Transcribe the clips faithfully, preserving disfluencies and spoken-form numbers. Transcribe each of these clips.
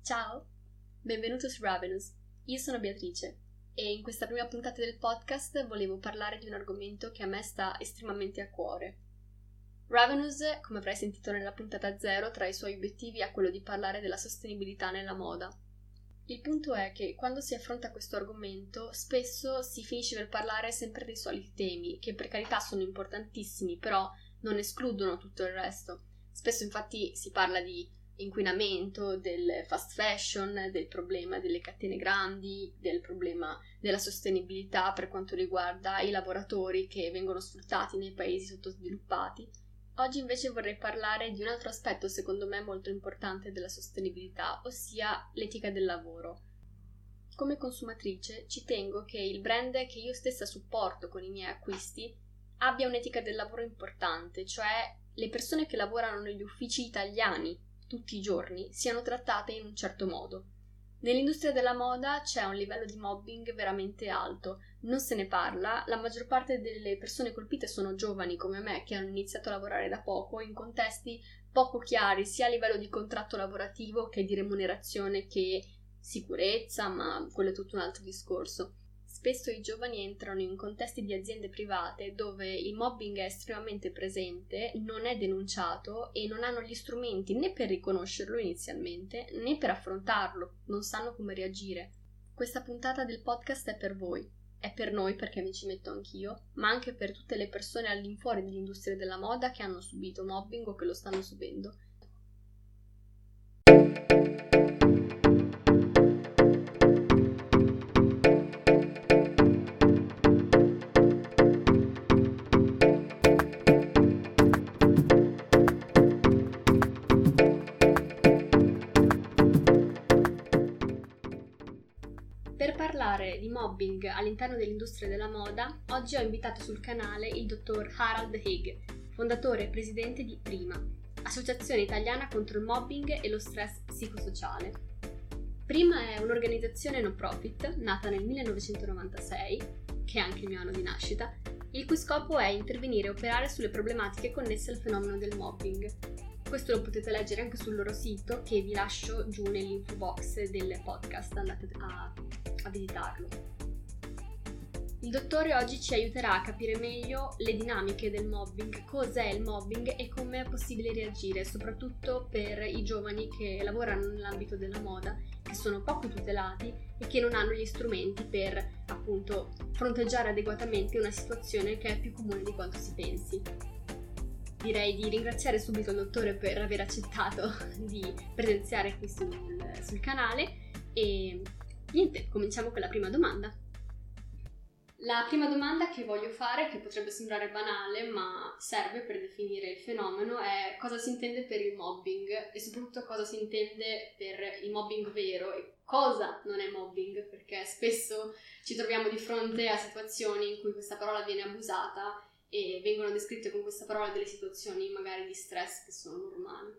Ciao, benvenuto su Ravenous. Io sono Beatrice e in questa prima puntata del podcast volevo parlare di un argomento che a me sta estremamente a cuore. Ravenous, come avrai sentito nella puntata zero, tra i suoi obiettivi ha quello di parlare della sostenibilità nella moda. Il punto è che quando si affronta questo argomento spesso si finisce per parlare sempre dei soliti temi, che per carità sono importantissimi, però non escludono tutto il resto. Spesso infatti si parla di inquinamento, del fast fashion, del problema delle catene grandi, del problema della sostenibilità per quanto riguarda i lavoratori che vengono sfruttati nei paesi sottosviluppati. Oggi invece vorrei parlare di un altro aspetto secondo me molto importante della sostenibilità, ossia l'etica del lavoro. Come consumatrice ci tengo che il brand che io stessa supporto con i miei acquisti abbia un'etica del lavoro importante, cioè le persone che lavorano negli uffici italiani tutti i giorni siano trattate in un certo modo. Nell'industria della moda c'è un livello di mobbing veramente alto, non se ne parla, la maggior parte delle persone colpite sono giovani come me che hanno iniziato a lavorare da poco in contesti poco chiari sia a livello di contratto lavorativo che di remunerazione che sicurezza, ma quello è tutto un altro discorso. Spesso i giovani entrano in contesti di aziende private dove il mobbing è estremamente presente, non è denunciato e non hanno gli strumenti né per riconoscerlo inizialmente né per affrontarlo, non sanno come reagire. Questa puntata del podcast è per voi, è per noi perché mi ci metto anch'io, ma anche per tutte le persone all'infuori dell'industria della moda che hanno subito mobbing o che lo stanno subendo. Per parlare di mobbing all'interno dell'industria della moda, oggi ho invitato sul canale il dottor Harald Haig, fondatore e presidente di Prima, Associazione Italiana contro il Mobbing e lo Stress Psicosociale. Prima è un'organizzazione no profit nata nel millenovecentonovantasei, che è anche il mio anno di nascita, il cui scopo è intervenire e operare sulle problematiche connesse al fenomeno del mobbing. Questo lo potete leggere anche sul loro sito, che vi lascio giù nell'info box del podcast, andate a, a visitarlo. Il dottore oggi ci aiuterà a capire meglio le dinamiche del mobbing, cos'è il mobbing e come è possibile reagire, soprattutto per i giovani che lavorano nell'ambito della moda, che sono poco tutelati e che non hanno gli strumenti per, appunto, fronteggiare adeguatamente una situazione che è più comune di quanto si pensi. Direi di ringraziare subito il dottore per aver accettato di presenziare qui sul, sul canale e niente, cominciamo con la prima domanda. La prima domanda che voglio fare, che potrebbe sembrare banale ma serve per definire il fenomeno, è cosa si intende per il mobbing e soprattutto cosa si intende per il mobbing vero e cosa non è mobbing, perché spesso ci troviamo di fronte a situazioni in cui questa parola viene abusata e vengono descritte con questa parola delle situazioni magari di stress che sono normali.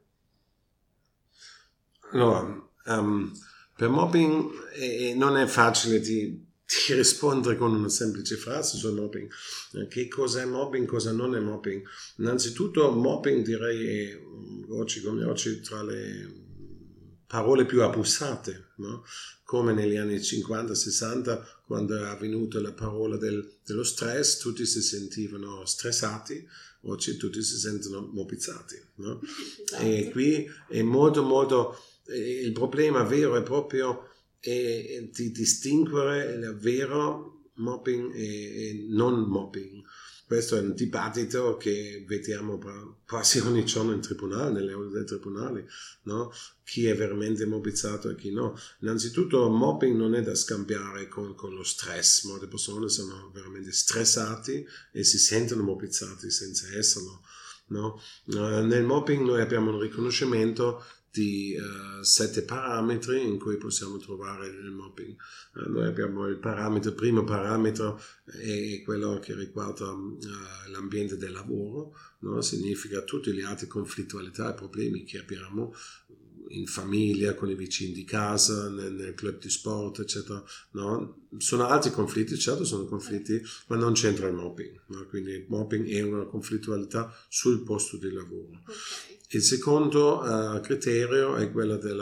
Allora, um, per mobbing eh, non è facile di, di rispondere con una semplice frase sul mobbing. Eh, che cosa è mobbing, cosa non è mobbing? Innanzitutto mobbing direi è oggi come oggi tra le parole più abusate, no? Come negli anni cinquanta sessanta, quando è avvenuta la parola del, dello stress, tutti si sentivano stressati, oggi tutti si sentono mobbizzati, no? Esatto. E qui è molto molto, eh, il problema vero è proprio eh, di distinguere il vero mobbing e, e non mobbing. Questo è un dibattito che vediamo quasi ogni giorno in tribunale, nelle aule dei tribunali, no? Chi è veramente mobbizzato e chi no. Innanzitutto mobbing non è da scambiare con, con lo stress, molte persone sono veramente stressati e si sentono mobbizzati senza esserlo, no? Uh, nel mobbing noi abbiamo un riconoscimento di uh, sette parametri in cui possiamo trovare il mobbing. Uh, noi abbiamo il parametro, il primo parametro è quello che riguarda uh, l'ambiente del lavoro, no? Significa tutti gli altri conflittualità e problemi che abbiamo in famiglia, con i vicini di casa, nel, nel club di sport, eccetera. No? Sono altri conflitti, certo sono conflitti, ma non c'entra il mobbing. No? Quindi il mobbing è una conflittualità sul posto di lavoro. Okay. Il secondo uh, criterio è quello della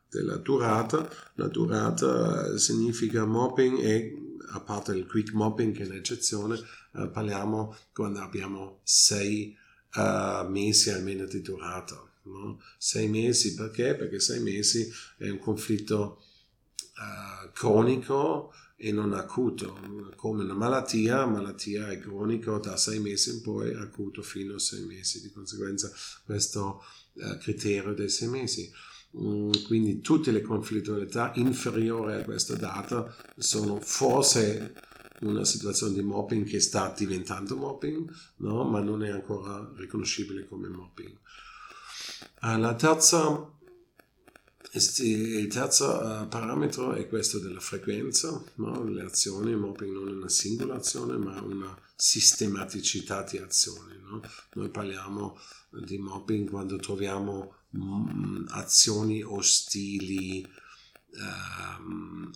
della durata. La durata significa mobbing e, a parte il quick mobbing che è un'eccezione, eh, parliamo quando abbiamo sei uh, mesi almeno di durata. No? Sei mesi perché? Perché sei mesi è un conflitto uh, cronico e non acuto, come una malattia, malattia è cronico da sei mesi in poi, acuto fino a sei mesi, di conseguenza questo uh, criterio dei sei mesi. Mm, quindi tutte le conflittualità inferiori a questa data sono forse una situazione di mobbing che sta diventando mobbing, no? Ma non è ancora riconoscibile come mobbing. Uh, la terza Il terzo uh, parametro è questo della frequenza, no? Le azioni, il mobbing non è una singola azione ma una sistematicità di azioni, no? Noi parliamo di mobbing quando troviamo mm, azioni ostili um,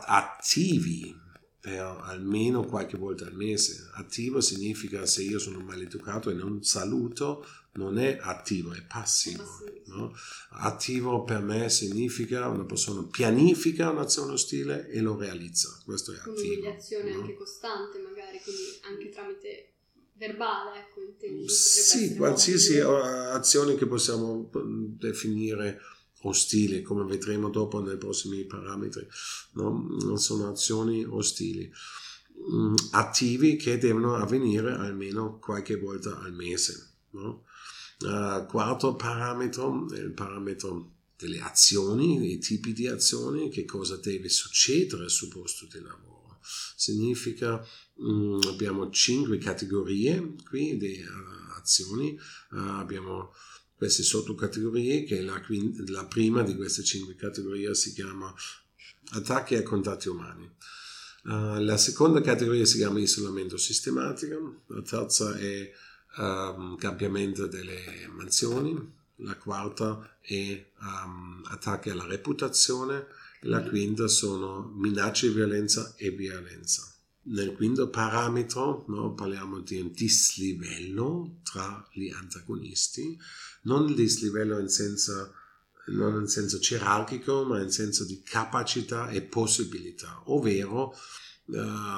attivi per almeno qualche volta al mese. Attivo significa se io sono maleducato e non saluto, non è attivo, è passivo. No? Attivo per me significa una persona pianifica un'azione ostile e lo realizza. Questo è attivo. Un'umiliazione, no? Anche costante magari, quindi anche tramite verbale, ecco, intendo. Sì, qualsiasi azione che possiamo definire ostili, come vedremo dopo nei prossimi parametri, no? Sono azioni ostili, mm, attivi che devono avvenire almeno qualche volta al mese, no? Uh, quarto parametro è il parametro delle azioni, i tipi di azioni, che cosa deve succedere sul posto di lavoro. Significa, um, abbiamo cinque categorie qui di uh, azioni, uh, abbiamo queste sottocategorie, che la, la prima di queste cinque categorie si chiama attacchi ai contatti umani. Uh, la seconda categoria si chiama isolamento sistematico, la terza è um, cambiamento delle mansioni, la quarta è um, attacchi alla reputazione, e la quinta sono minacce, violenza e violenza. Nel quinto parametro, no, parliamo di un dislivello tra gli antagonisti, non il dislivello in senso, non in senso gerarchico, ma in senso di capacità e possibilità, ovvero uh,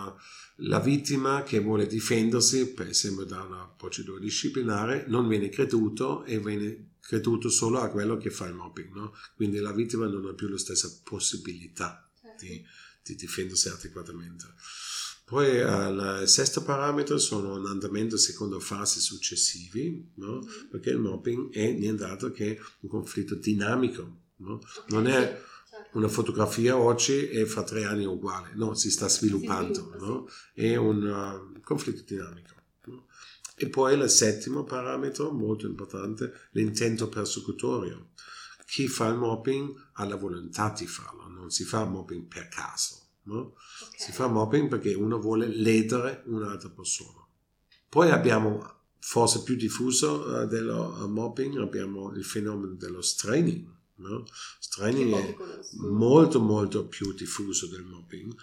la vittima che vuole difendersi, per esempio da una procedura disciplinare, non viene creduto e viene creduto solo a quello che fa il mobbing, no? Quindi la vittima non ha più la stessa possibilità di, di difendersi adeguatamente. Poi uh, il sesto parametro sono un andamento secondo fasi successivi, no? Mm-hmm. Perché il mobbing è nient'altro che un conflitto dinamico, no? Okay. Non è una fotografia oggi e fra tre anni è uguale, no, si sta sviluppando, si sviluppa, no? Sì. È un uh, conflitto dinamico. No? E poi il settimo parametro, molto importante, l'intento persecutorio. Chi fa il mobbing ha la volontà di farlo, non si fa mobbing per caso. No? Okay. Si fa mobbing perché uno vuole ledere un'altra persona. Poi abbiamo, forse più diffuso uh, dello uh, mobbing, abbiamo il fenomeno dello straining. No? Straining è molto molto più diffuso del mobbing.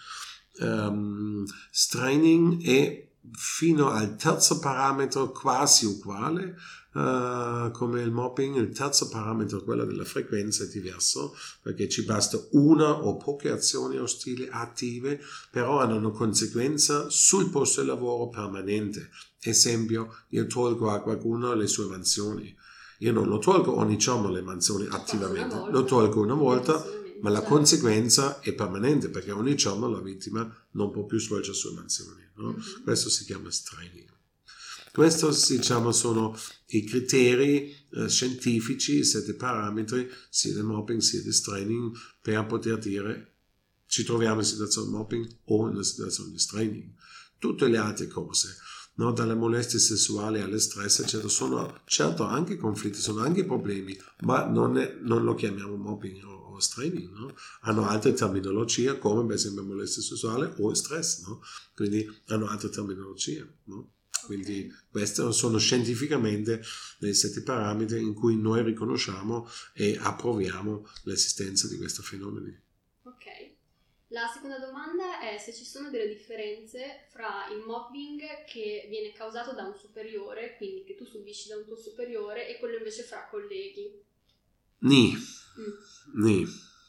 Um, straining è fino al terzo parametro quasi uguale uh, come il mobbing. Il terzo parametro, quello della frequenza, è diverso perché ci basta una o poche azioni ostili attive, però hanno una conseguenza sul posto di lavoro permanente. Esempio, io tolgo a qualcuno le sue mansioni. Io non lo tolgo ogni giorno le mansioni attivamente, lo tolgo una volta, ma la conseguenza è permanente perché ogni giorno la vittima non può più svolgere le sue mansioni. No? Mm-hmm. Questo si chiama straining. Questi, diciamo, sono i criteri eh, scientifici, i sette parametri, sia del mobbing sia del straining, per poter dire ci troviamo in situazione di mobbing o in una situazione di straining. Tutte le altre cose, no, dalle molestie sessuali alle stress, eccetera, sono certo anche conflitti, sono anche problemi, ma non, è, non lo chiamiamo mobbing o, o straining, no? Hanno altre terminologie, come per esempio molestia sessuale o stress, no? Quindi hanno altre terminologie, no? Quindi okay. Questi sono scientificamente dei sette parametri in cui noi riconosciamo e approviamo l'esistenza di questi fenomeni. Ok. La seconda domanda è se ci sono delle differenze fra il mobbing che viene causato da un superiore, quindi che tu subisci da un tuo superiore, e quello invece fra colleghi. Ni. Mm. Ni.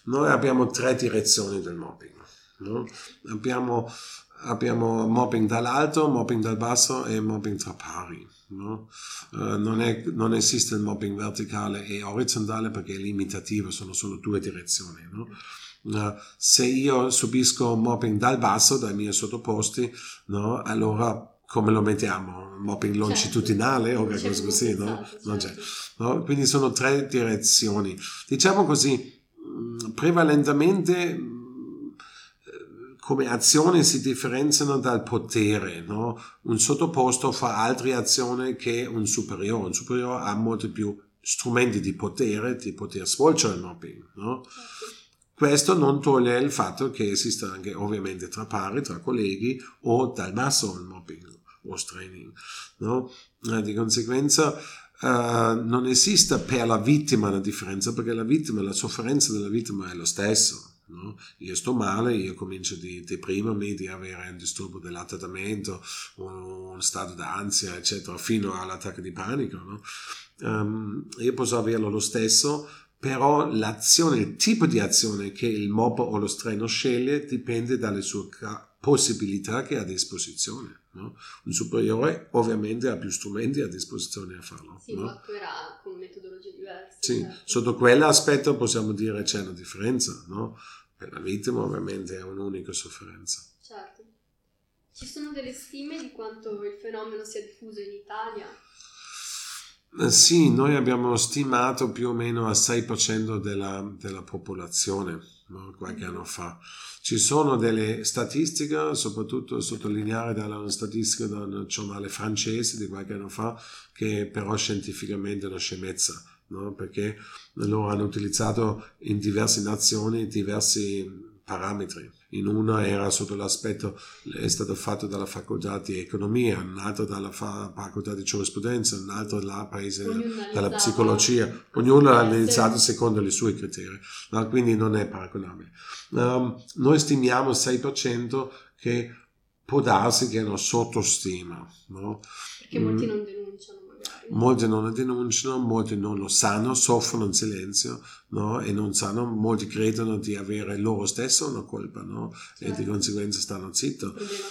noi abbiamo tre direzioni del mobbing, no? Abbiamo, abbiamo mobbing dall'alto, mobbing dal basso e mobbing tra pari, no? Uh, non, è, non esiste il mobbing verticale e orizzontale perché è limitativo, sono solo due direzioni, no? Uh, se io subisco mobbing dal basso, dai miei sottoposti, no? Allora come lo mettiamo? Mobbing longitudinale, certo, o qualcosa così, no? Certo. Non c'è, no? Quindi sono tre direzioni. Diciamo così, prevalentemente come azioni si differenziano dal potere, no? Un sottoposto fa altre azioni che un superiore. Un superiore ha molti più strumenti di potere, di poter svolgere il mobbing, no? Certo. Questo non toglie il fatto che esista anche ovviamente tra pari, tra colleghi o dal basso il mobbing o straining, no? Di conseguenza uh, non esiste per la vittima una differenza, perché la vittima, la sofferenza della vittima è lo stesso, no? Io sto male, io comincio a deprimermi, di avere un disturbo dell'adattamento, un stato d'ansia, eccetera, fino all'attacco di panico, no? Um, io posso averlo lo stesso, però l'azione, il tipo di azione che il mobber o lo strainer sceglie dipende dalle sue possibilità che ha a disposizione, no? Un superiore ovviamente ha più strumenti a disposizione a farlo. Sì, no? Attuerà con metodologie diverse. Sì, certo. Sotto quell'aspetto possiamo dire c'è una differenza, no? Per la vittima ovviamente è un'unica sofferenza. Certo. Ci sono delle stime di quanto il fenomeno sia diffuso in Italia? Sì, noi abbiamo stimato più o meno al sei per cento della, della popolazione, no? Qualche anno fa. Ci sono delle statistiche, soprattutto sottolineare dalla statistica da un giornale francese di qualche anno fa, che però scientificamente è una scemenza, no? Perché loro hanno utilizzato in diverse nazioni diversi parametri. In una era sotto l'aspetto, è stato fatto dalla facoltà di economia, un altro dalla fa- facoltà di giurisprudenza, un altro dalla, paese, dalla psicologia. Ognuno l'ha analizzato secondo i suoi criteri, no? Quindi non è paragonabile. Um, noi stimiamo sei per cento che può darsi che è una sottostima, no? Perché molti non denunciano. Molti non lo denunciano, molti non lo sanno, soffrono in silenzio, no? E non sanno, molti credono di avere loro stesso una colpa, no? Certo. E di conseguenza stanno zitti.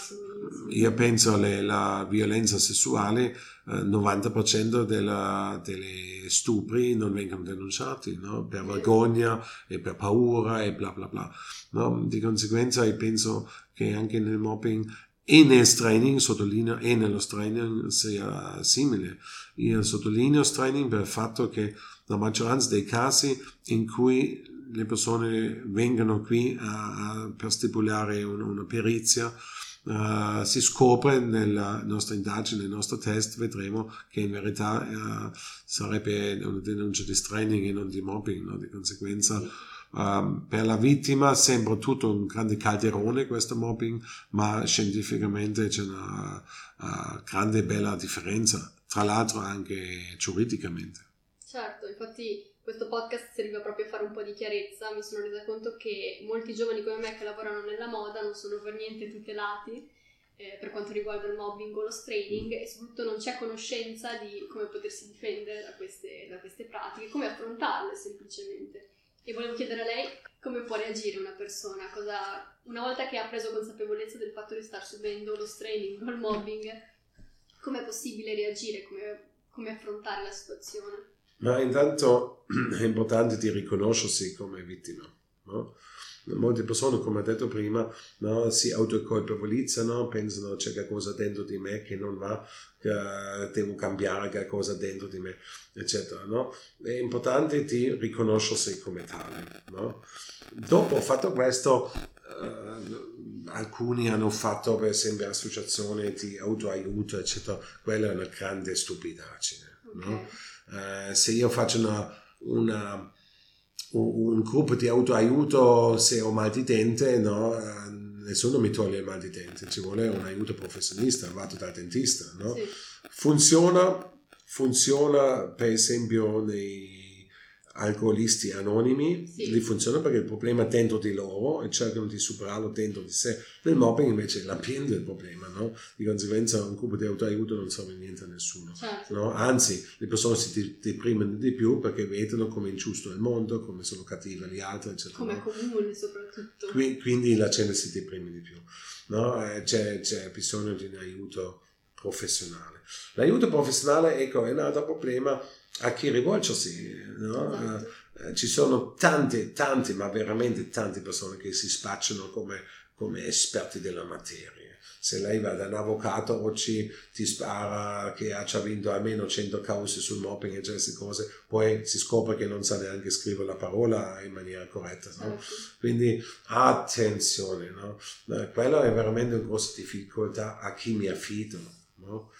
Io penso alla violenza sessuale, eh, novanta per cento della, delle stupri non vengono denunciati, no? Per vergogna e per paura e bla bla bla, no? Di conseguenza io penso che anche nel mobbing e nel straining, sottolineo, e nello straining sia simile. Io sottolineo straining per il fatto che la maggioranza dei casi in cui le persone vengono qui a, a, per stipulare un, una perizia, uh, si scopre nella nostra indagine, nel nostro test, vedremo che in verità uh, sarebbe una denuncia di straining e non di mobbing, no? Di conseguenza Um, per la vittima sembra tutto un grande calderone questo mobbing, ma scientificamente c'è una uh, grande e bella differenza, tra l'altro anche giuridicamente. Certo, infatti questo podcast serviva proprio a fare un po' di chiarezza. Mi sono resa conto che molti giovani come me che lavorano nella moda non sono per niente tutelati eh, per quanto riguarda il mobbing o lo straining, e soprattutto non c'è conoscenza di come potersi difendere da queste, da queste pratiche, come affrontarle semplicemente. E volevo chiedere a lei come può reagire una persona, cosa, una volta che ha preso consapevolezza del fatto di star subendo lo straining o il mobbing, come è possibile reagire, come, come affrontare la situazione? Ma intanto è importante di riconoscersi come vittima, no? Molte persone, come ho detto prima, no, si autocolpevolizzano, pensano c'è qualcosa dentro di me che non va, che devo cambiare qualcosa dentro di me, eccetera, no? È importante di riconoscersi come tale, no? Dopo fatto questo, eh, alcuni hanno fatto per esempio associazioni di autoaiuto, eccetera. Quella è una grande stupidaggine, no? Okay. Eh, se io faccio una, una un gruppo di autoaiuto, se ho mal di dente, no? Nessuno mi toglie il mal di dente, ci vuole un aiuto professionista, vado dal dentista, no? Sì. Funziona, funziona per esempio nei, alcolisti anonimi, sì. Li funziona perché il problema è dentro di loro e cercano di superarlo dentro di sé. Nel mobbing invece è l'ambiente il problema, no? Di conseguenza un gruppo di autoaiuto non serve niente a nessuno, certo. no? Anzi, le persone si deprimono di più perché vedono come è ingiusto il mondo, come sono cattive gli altri, eccetera. Come no? Comune soprattutto. Qui, quindi la gente si deprime di più, no? Eh, c'è, c'è bisogno di un aiuto professionale. L'aiuto professionale, ecco, è un altro problema a chi rivolgersi, no? Esatto. Eh, ci sono tante, tante, ma veramente tante persone che si spacciano come, come esperti della materia. Se lei va da un avvocato oggi ti spara che ha già vinto almeno cento cause sul mobbing e queste cose, poi si scopre che non sa neanche scrivere la parola in maniera corretta, no? Certo. Quindi attenzione, no? Eh, quella è veramente una grossa difficoltà a chi mi affido, no?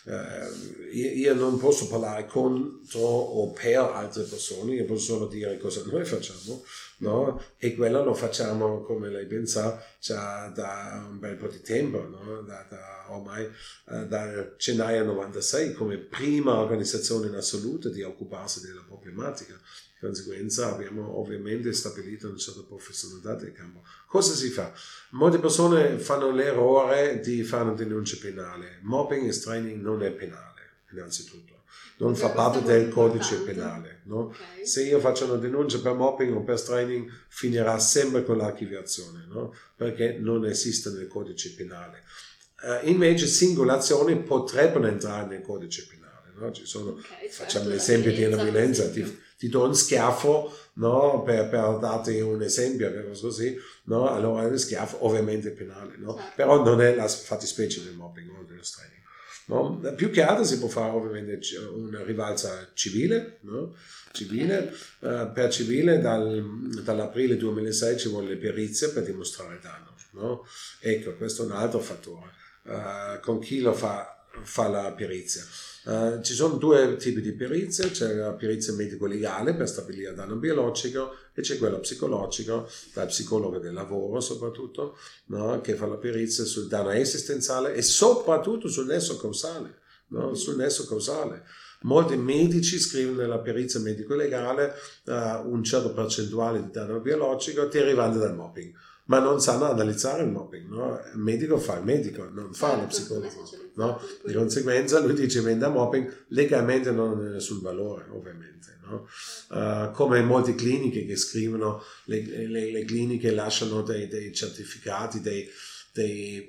Uh, io, io non posso parlare contro o per altre persone, io posso solo dire cosa noi facciamo, no? E quello lo facciamo, come lei ben sa, già da un bel po' di tempo, no? da, da ormai uh, da gennaio novantasei come prima organizzazione in assoluto di occuparsi della problematica. Di conseguenza abbiamo ovviamente stabilito una certa professionalità del campo. Cosa si fa? Molte persone fanno l'errore di fare una denuncia penale. Mobbing e straining non è penale, innanzitutto. Non fa parte del codice penale. No? Okay. Se io faccio una denuncia per mobbing o per straining, finirà sempre con l'archiviazione, no? Perché non esiste nel codice penale. Uh, invece singole azioni potrebbero entrare nel codice penale. No? Ci sono, okay, facciamo certo, l'esempio di una violenza, esempio. ti, ti do un schiaffo, no? per, per darti un esempio, così, no? Allora lo schiaffo ovviamente è penale, no? Certo. Però non è la fattispecie del mobbing o dello straining. No? Più che altro si può fare ovviamente una rivalsa civile, no? civile. Uh, per civile dal, dall'aprile duemilasei ci vuole le perizie per dimostrare il danno, no? Ecco, questo è un altro fattore. Uh, con chi lo fa, fa la perizia? Uh, ci sono due tipi di perizie, c'è la perizia medico-legale per stabilire il danno biologico e c'è quella psicologica, dal psicologo del lavoro soprattutto, no? Che fa la perizia sul danno esistenziale e soprattutto sul nesso causale, no? Sul nesso causale. Molti medici scrivono nella perizia medico-legale uh, un certo percentuale di danno biologico derivante dal mobbing, ma non sanno analizzare il mobbing, no? Il medico fa il medico, non fa lo psicologo, no? Di conseguenza lui dice vende mobbing, legalmente non ha nessun valore, ovviamente, no? Uh, come in molte cliniche che scrivono, le, le, le cliniche lasciano dei, dei certificati, dei, dei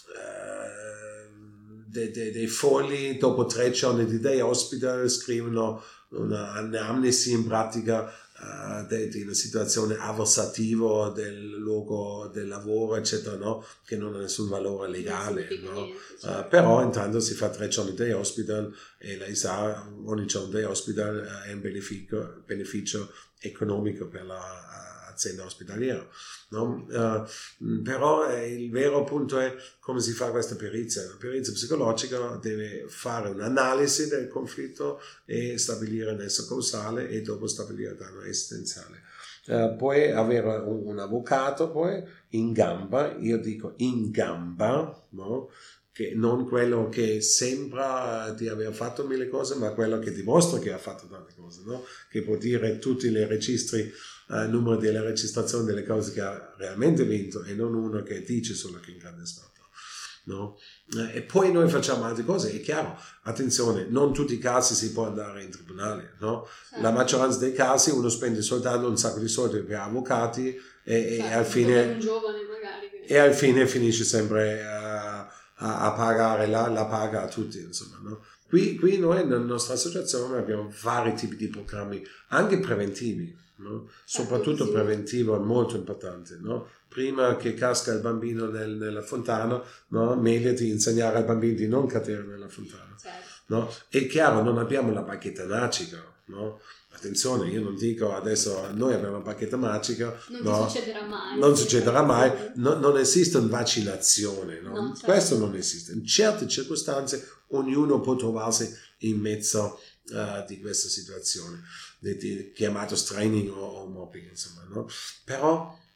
uh, Dei, dei, dei fogli dopo tre giorni di day hospital, scrivono un'anamnesi in pratica uh, di, di una situazione avversativa del luogo del lavoro, eccetera, no? Che non ha nessun valore legale, no? Uh, però intanto si fa tre giorni di day hospital e lei sa ogni giorno day hospital è un beneficio, beneficio economico per l'azienda ospedaliera, no? Uh, però eh, il vero punto è come si fa questa perizia. La perizia psicologica deve fare un'analisi del conflitto e stabilire il nesso causale e dopo stabilire il danno esistenziale. Uh, puoi avere un, un avvocato poi in gamba, io dico in gamba, no? Che non quello che sembra di aver fatto mille cose, ma quello che dimostra che ha fatto tante cose, no? Che può dire tutti i registri, il uh, numero delle registrazioni delle cose che ha realmente vinto e non uno che dice solo che in grande stato, no? Uh, e poi noi facciamo altre cose, è chiaro, attenzione, non tutti i casi si può andare in tribunale, no? Certo. La maggioranza dei casi uno spende soltanto un sacco di soldi per avvocati e, certo, e, al, fine, un giovane magari che... e al fine finisce sempre uh, a, a pagare la, la paga a tutti, insomma, no? Qui, qui noi nella nostra associazione abbiamo vari tipi di programmi, anche preventivi, no? Soprattutto preventivo è molto importante, no? Prima che casca il bambino nel, nella fontana, no? Meglio di insegnare al bambino di non cadere nella fontana, certo. No? È chiaro, non abbiamo la bacchetta magica, no? Attenzione, io non dico adesso noi abbiamo una bacchetta magica, non no? succederà mai, non succederà mai, no, non esiste una vaccinazione, no? No, certo. Questo non esiste. In certe circostanze ognuno può trovarsi in mezzo uh, di questa situazione, di, di, chiamato straining o, o mobbing, insomma, no? Però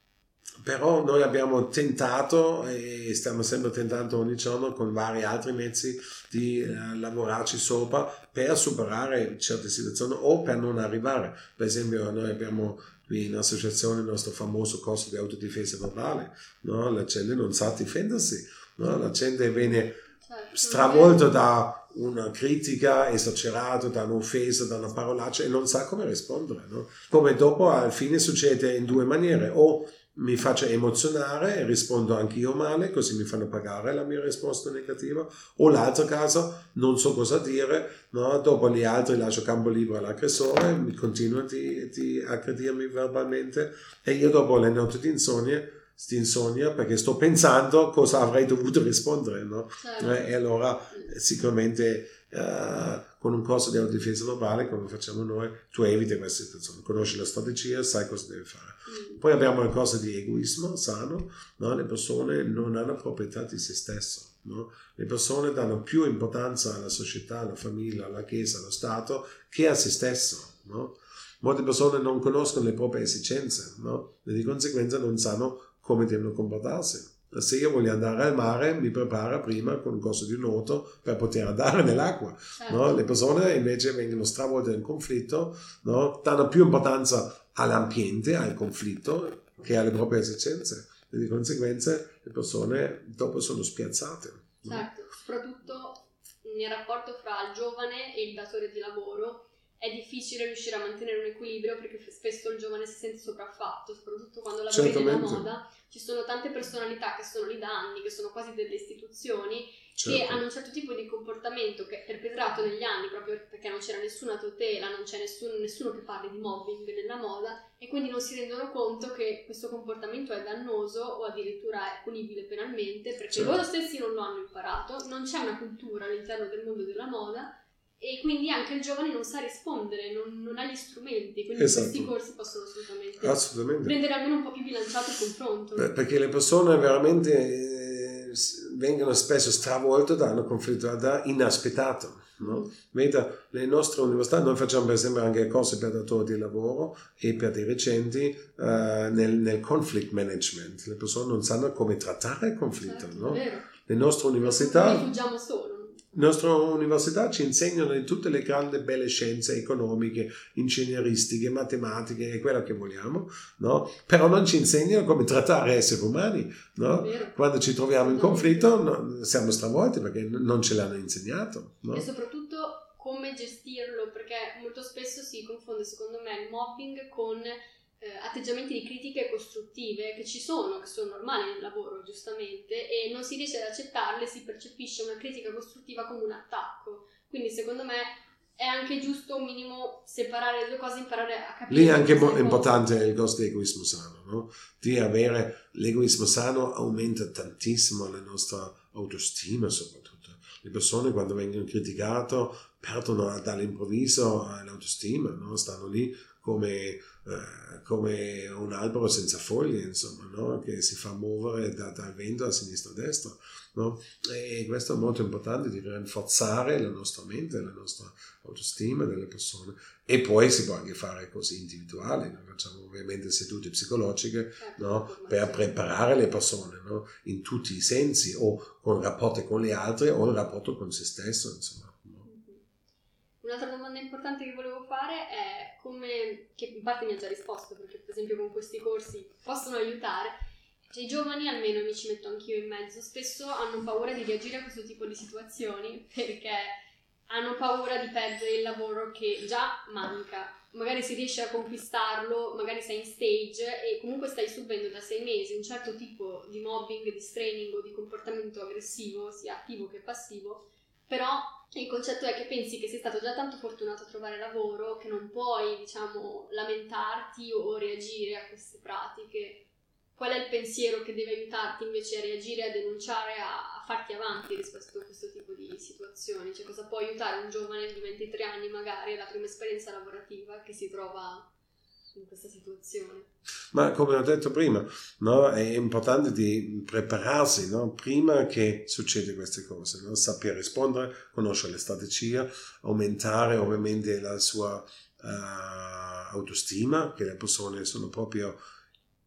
però noi abbiamo tentato e stiamo sempre tentando ogni giorno con vari altri mezzi di eh, lavorarci sopra per superare certe situazioni o per non arrivare. Per esempio noi abbiamo qui in associazione il nostro famoso corso di autodifesa verbale, no? La gente non sa difendersi, no? La gente viene stravolta da una critica esagerata, da un'offesa, da una parolaccia e non sa come rispondere, no? Come dopo alla fine succede in due maniere: o mi faccio emozionare e rispondo anch'io male, così mi fanno pagare la mia risposta negativa, o l'altro caso non so cosa dire, no? Dopo gli altri lascio campo libero all'aggressore, mi continua di, di aggredirmi verbalmente e io dopo le notti di insonnia di insonnia perché sto pensando cosa avrei dovuto rispondere, no? Certo. E allora sicuramente uh, con un corso di autodifesa verbale come facciamo noi tu eviti queste situazioni, conosci la strategia, sai cosa devi fare. Mm. Poi abbiamo il corso di egoismo sano, no? Le persone non hanno proprietà di se stesso, no? Le persone danno più importanza alla società, alla famiglia, alla chiesa, allo Stato che a se stesso, no? Molte persone non conoscono le proprie esigenze, no? E di conseguenza non sanno come devono comportarsi. Se io voglio andare al mare mi preparo prima con un corso di nuoto per poter andare nell'acqua, certo. No? Le persone invece vengono stravolte nel conflitto, no? Danno più importanza all'ambiente, al conflitto che alle proprie esigenze e di conseguenza le persone dopo sono spiazzate, no? Certo, soprattutto nel rapporto fra il giovane e il datore di lavoro è difficile riuscire a mantenere un equilibrio perché spesso il giovane si sente sopraffatto, soprattutto quando lavori nella moda. Ci sono tante personalità che sono lì da anni, che sono quasi delle istituzioni, certo. Che hanno un certo tipo di comportamento che è perpetrato negli anni proprio perché non c'era nessuna tutela, non c'è nessun, nessuno che parli di mobbing nella moda e quindi non si rendono conto che questo comportamento è dannoso o addirittura è punibile penalmente perché certo. Loro stessi non lo hanno imparato, non c'è una cultura all'interno del mondo della moda. E quindi anche il giovane non sa rispondere, non, non ha gli strumenti, quindi esatto. Questi corsi possono assolutamente, assolutamente rendere almeno un po' più bilanciato il confronto. Beh, perché le persone veramente eh, vengono spesso stravolte da una conflittualità inaspettata. No? Mm. Vede, le nostre università, noi facciamo per esempio anche corsi per datori di lavoro e per dirigenti eh, nel, nel conflict management. Le persone non sanno come trattare il conflitto. Certo, no? È vero. Le nostre università... Noi rifugiamo solo. Le nostre università ci insegnano di tutte le grandi belle scienze economiche, ingegneristiche, matematiche e quello che vogliamo, no? Però non ci insegnano come trattare esseri umani, no? Quando ci troviamo in conflitto no, siamo stravolti perché non ce l'hanno insegnato, no? E soprattutto come gestirlo, perché molto spesso si confonde secondo me il mobbing con Eh, atteggiamenti di critiche costruttive che ci sono, che sono normali nel lavoro giustamente e non si riesce ad accettarle, si percepisce una critica costruttiva come un attacco, quindi secondo me è anche giusto un minimo separare le due cose, imparare a capire. Lì è anche mo- importante il corso di egoismo sano, no? Di avere l'egoismo sano aumenta tantissimo la nostra autostima soprattutto. Le persone quando vengono criticate perdono dall'improvviso l'autostima, no? Stanno lì come, eh, come un albero senza foglie, insomma, no? Che si fa muovere da, dal vento a sinistra e a destra, no? E questo è molto importante di rinforzare la nostra mente, la nostra autostima delle persone. E poi si può anche fare cose individuali, noi facciamo ovviamente sedute psicologiche, no? Per preparare le persone, no? In tutti i sensi, o con rapporti con gli altri o in rapporto con se stesso, insomma. Un'altra domanda importante che volevo fare è come, che in parte mi ha già risposto, perché per esempio con questi corsi possono aiutare, cioè i giovani, almeno mi ci metto anch'io in mezzo, spesso hanno paura di reagire a questo tipo di situazioni perché hanno paura di perdere il lavoro che già manca, magari si riesce a conquistarlo, magari sei in stage e comunque stai subendo da sei mesi un certo tipo di mobbing, di straining o di comportamento aggressivo, sia attivo che passivo, però il concetto è che pensi che sei stato già tanto fortunato a trovare lavoro che non puoi, diciamo, lamentarti o reagire a queste pratiche. Qual è il pensiero che deve aiutarti invece a reagire, a denunciare, a, a farti avanti rispetto a questo tipo di situazioni? Cioè cosa può aiutare un giovane di ventitré anni magari, alla prima esperienza lavorativa, che si trova in questa situazione? Ma come ho detto prima, no, è importante di prepararsi, no, prima che succede queste cose, no? Sapere rispondere, conoscere le strategie, aumentare ovviamente la sua uh, autostima, che le persone sono proprio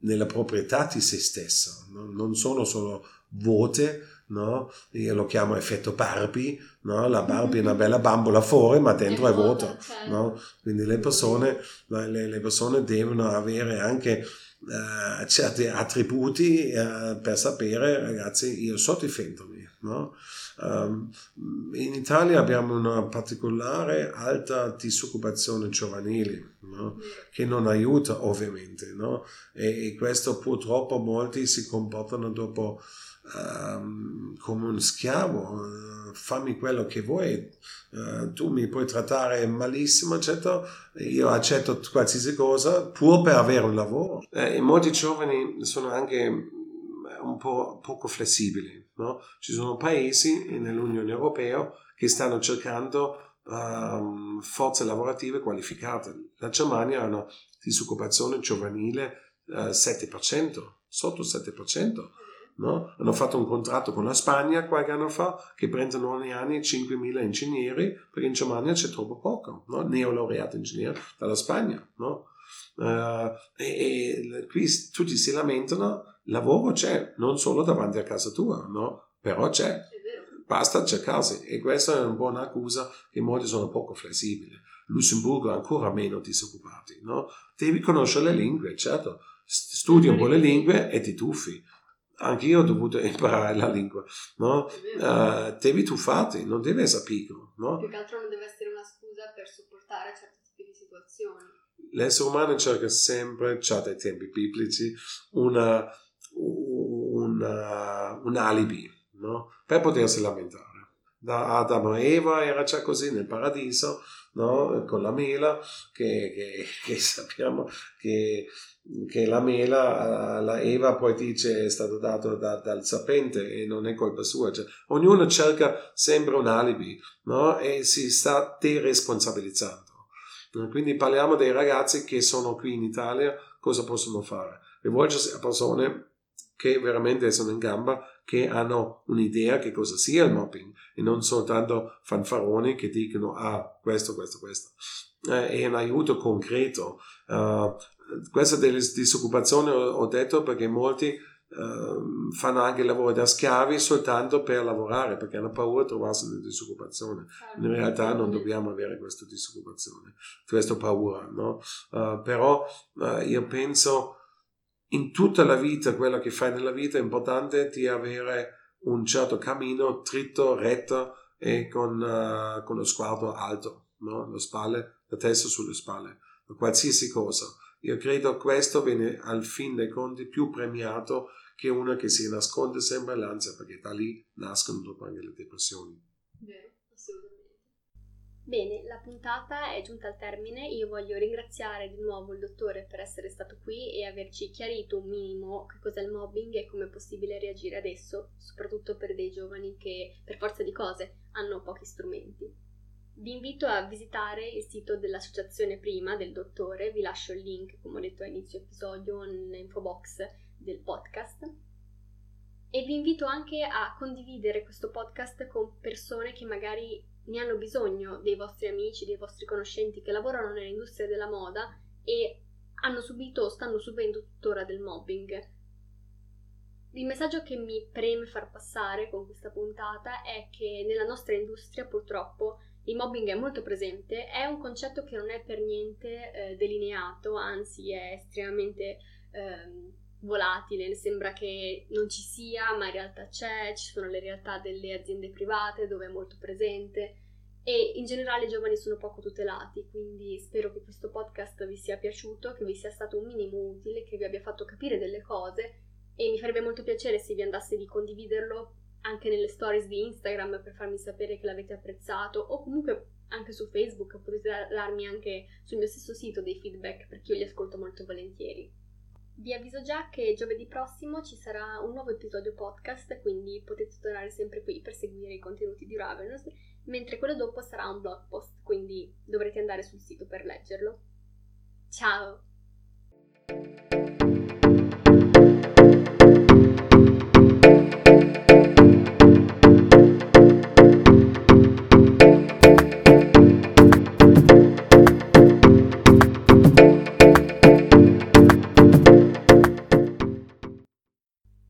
nella proprietà di se stesso, no? Non sono solo vuote, no? Io lo chiamo effetto Barbie, no? La Barbie è una bella bambola fuori, ma dentro è vuoto, no? Quindi le persone, le, le persone devono avere anche uh, certi attributi uh, per sapere, ragazzi, io so difendermi, no? Um, in Italia abbiamo una particolare alta disoccupazione giovanile, no? Che non aiuta ovviamente, no? E, e questo purtroppo molti si comportano dopo um, come un schiavo, uh, fammi quello che vuoi, uh, tu mi puoi trattare malissimo, eccetera. Io accetto qualsiasi cosa pur per avere un lavoro. Eh, e molti giovani sono anche un po' poco flessibili, no? Ci sono paesi nell'Unione Europea che stanno cercando um, forze lavorative qualificate. La Germania ha una disoccupazione giovanile uh, sette per cento, sotto il sette per cento. No? Hanno fatto un contratto con la Spagna qualche anno fa che prendono ogni anno cinquemila ingegneri, perché in Germania c'è troppo poco, no? Neolaureati ingegneri dalla Spagna, no? Uh, e, e qui tutti si lamentano, lavoro c'è, non solo davanti a casa tua, no? Però c'è, basta cercarsi, e questa è una buona accusa che molti sono poco flessibili. Lussemburgo ha ancora meno disoccupati, no? Devi conoscere le lingue, certo, studi un po' le lingue e ti tuffi. Anche io ho dovuto imparare la lingua, no? Uh, devi tuffarti, non devi essere pigro, no? Più che altro non deve essere una scusa per sopportare certi tipi di situazioni. L'essere umano cerca sempre, già dai tempi biblici, una, una, un alibi, no? Per potersi lamentare. Da Adamo e Eva era già così nel paradiso, no? Con la mela, che, che, che sappiamo che, che la mela, la Eva poi dice è stato dato da, dal serpente e non è colpa sua. Cioè, ognuno cerca sempre un alibi, no? E si sta deresponsabilizzando. Quindi parliamo dei ragazzi che sono qui in Italia, cosa possono fare? Rivolgersi a persone che veramente sono in gamba, che hanno un'idea che cosa sia il mobbing e non soltanto fanfaroni che dicono ah questo, questo, questo. Eh, è un aiuto concreto. Uh, questa delle disoccupazioni ho, ho detto perché molti Uh, fanno anche il lavoro da schiavi soltanto per lavorare, perché hanno paura di trovarsi in disoccupazione. In realtà non dobbiamo avere questa disoccupazione, questa paura, no? Uh, però uh, io penso in tutta la vita, quello che fai nella vita è importante di avere un certo cammino dritto, retto e con, uh, con lo sguardo alto, no? Le spalle, la testa sulle spalle, qualsiasi cosa. Io credo questo viene al fin dei conti più premiato che una che si nasconde sempre l'ansia, perché da lì nascono dopo anche le depressioni. Vero, assolutamente. Bene, la puntata è giunta al termine. Io voglio ringraziare di nuovo il dottore per essere stato qui e averci chiarito un minimo che cos'è il mobbing e come è possibile reagire adesso, soprattutto per dei giovani che per forza di cose hanno pochi strumenti. Vi invito a visitare il sito dell'associazione Prima del dottore, vi lascio il link, come ho detto a inizio episodio, nell'info box del podcast, e vi invito anche a condividere questo podcast con persone che magari ne hanno bisogno, dei vostri amici, dei vostri conoscenti che lavorano nell'industria della moda e hanno subito o stanno subendo tuttora del mobbing. Il messaggio che mi preme far passare con questa puntata è che nella nostra industria purtroppo il mobbing è molto presente, è un concetto che non è per niente eh, delineato, anzi è estremamente eh, volatile, sembra che non ci sia, ma in realtà c'è, ci sono le realtà delle aziende private dove è molto presente e in generale i giovani sono poco tutelati, quindi spero che questo podcast vi sia piaciuto, che vi sia stato un minimo utile, che vi abbia fatto capire delle cose e mi farebbe molto piacere se vi andasse di condividerlo anche nelle stories di Instagram per farmi sapere che l'avete apprezzato o comunque anche su Facebook, potete darmi anche sul mio stesso sito dei feedback perché io li ascolto molto volentieri. Vi avviso già che giovedì prossimo ci sarà un nuovo episodio podcast, quindi potete tornare sempre qui per seguire i contenuti di Ravenous, mentre quello dopo sarà un blog post, quindi dovrete andare sul sito per leggerlo. Ciao!